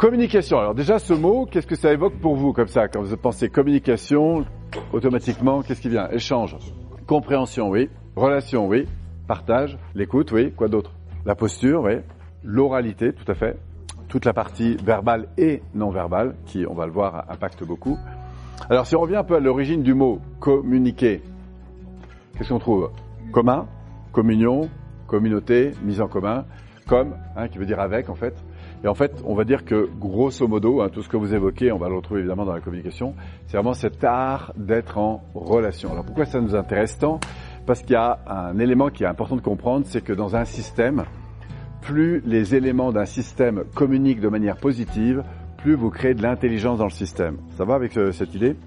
Communication. Alors déjà, ce mot, qu'est-ce que ça évoque pour vous comme ça? Quand vous pensez communication, automatiquement, qu'est-ce qui vient? Échange, compréhension, oui. Relation, oui. Partage, l'écoute, oui. Quoi d'autre? La posture, oui. L'oralité, tout à fait. Toute la partie verbale et non verbale, qui, on va le voir, impacte beaucoup. Alors, si on revient un peu à l'origine du mot communiquer, qu'est-ce qu'on trouve? Commun, communion, communauté, mise en commun, comme, qui veut dire avec, en fait. Et en fait, on va dire que, grosso modo, tout ce que vous évoquez, on va le retrouver évidemment dans la communication, c'est vraiment cet art d'être en relation. Alors, pourquoi ça nous intéresse tant? Parce qu'il y a un élément qui est important de comprendre, c'est que dans un système, plus les éléments d'un système communiquent de manière positive, plus vous créez de l'intelligence dans le système. Ça va avec cette idée?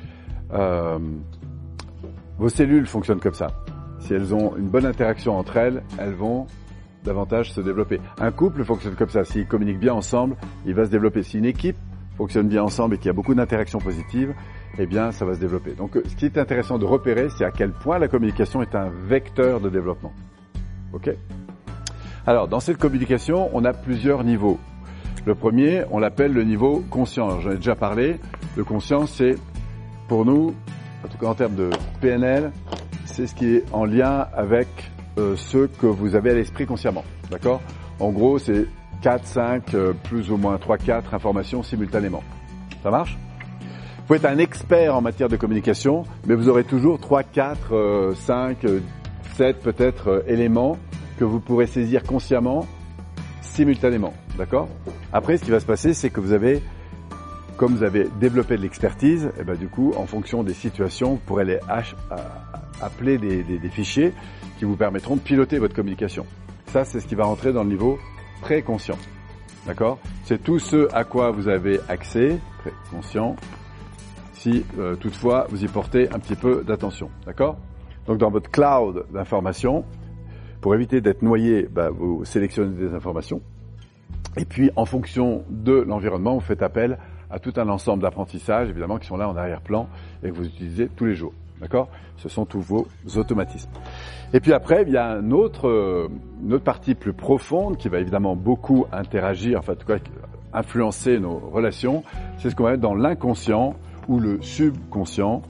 Vos cellules fonctionnent comme ça. Si elles ont une bonne interaction entre elles, elles vont davantage se développer. Un couple fonctionne comme ça. S'ils communiquent bien ensemble, il va se développer. Si une équipe fonctionne bien ensemble et qu'il y a beaucoup d'interactions positives, eh bien, ça va se développer. Donc, ce qui est intéressant de repérer, c'est à quel point la communication est un vecteur de développement. OK? Alors, dans cette communication, on a plusieurs niveaux. Le premier, on l'appelle le niveau conscient. J'en ai déjà parlé. Le conscient, c'est, pour nous, en tout cas en termes de PNL, c'est ce qui est en lien avec ce que vous avez à l'esprit consciemment. D'accord? En gros, c'est 4, 5, plus ou moins 3, 4 informations simultanément. Ça marche? Vous pouvez être un expert en matière de communication, mais vous aurez toujours 3, 4, 5, 7 peut-être éléments que vous pourrez saisir consciemment, simultanément. D'accord? Après, ce qui va se passer, c'est que comme vous avez développé de l'expertise, et ben du coup, en fonction des situations, vous pourrez les appeler des fichiers qui vous permettront de piloter votre communication. Ça, c'est ce qui va rentrer dans le niveau préconscient. D'accord? C'est tout ce à quoi vous avez accès, préconscient, si toutefois vous y portez un petit peu d'attention. D'accord? Donc dans votre cloud d'informations, pour éviter d'être noyé, vous sélectionnez des informations. Et puis, en fonction de l'environnement, vous faites appel à tout un ensemble d'apprentissages, évidemment, qui sont là en arrière-plan et que vous utilisez tous les jours. D'accord? Ce sont tous vos automatismes. Et puis après, il y a une autre partie plus profonde qui va évidemment beaucoup interagir, enfin, en tout cas, influencer nos relations. C'est ce qu'on va mettre dans l'inconscient ou le subconscient,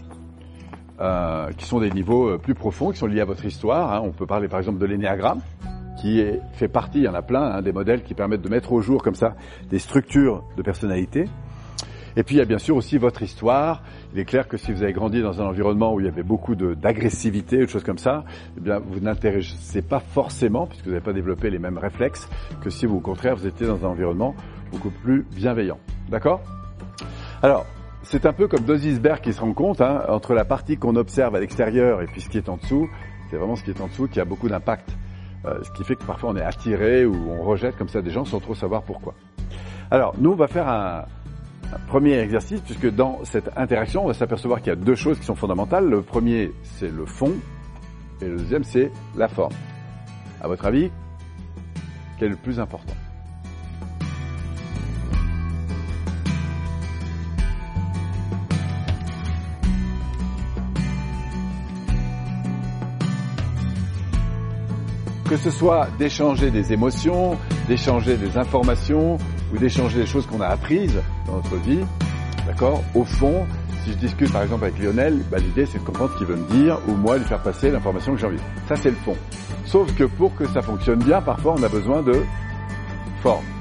qui sont des niveaux plus profonds, qui sont liés à votre histoire. On peut parler par exemple de l'énéagramme, qui fait partie, il y en a plein, des modèles qui permettent de mettre au jour comme ça des structures de personnalité. Et puis il y a bien sûr aussi votre histoire. Il est clair que si vous avez grandi dans un environnement où il y avait beaucoup d'agressivité, ou de choses comme ça, eh bien vous n'intéressez pas forcément, puisque vous n'avez pas développé les mêmes réflexes, que si vous, au contraire, vous étiez dans un environnement beaucoup plus bienveillant. D'accord? Alors, c'est un peu comme deux icebergs qui se rencontrent, entre la partie qu'on observe à l'extérieur et puis ce qui est en dessous. C'est vraiment ce qui est en dessous qui a beaucoup d'impact. Ce qui fait que parfois on est attiré ou on rejette comme ça des gens sans trop savoir pourquoi. Alors, nous, on va faire un premier exercice, puisque dans cette interaction, on va s'apercevoir qu'il y a deux choses qui sont fondamentales. Le premier, c'est le fond, et le deuxième, c'est la forme. À votre avis, quel est le plus important ? Que ce soit d'échanger des émotions, d'échanger des informations ou d'échanger des choses qu'on a apprises dans notre vie, d'accord ? Au fond, si je discute par exemple avec Lionel, l'idée c'est de comprendre ce qu'il veut me dire ou moi lui faire passer l'information que j'ai envie. Ça c'est le fond. Sauf que pour que ça fonctionne bien, parfois on a besoin de forme.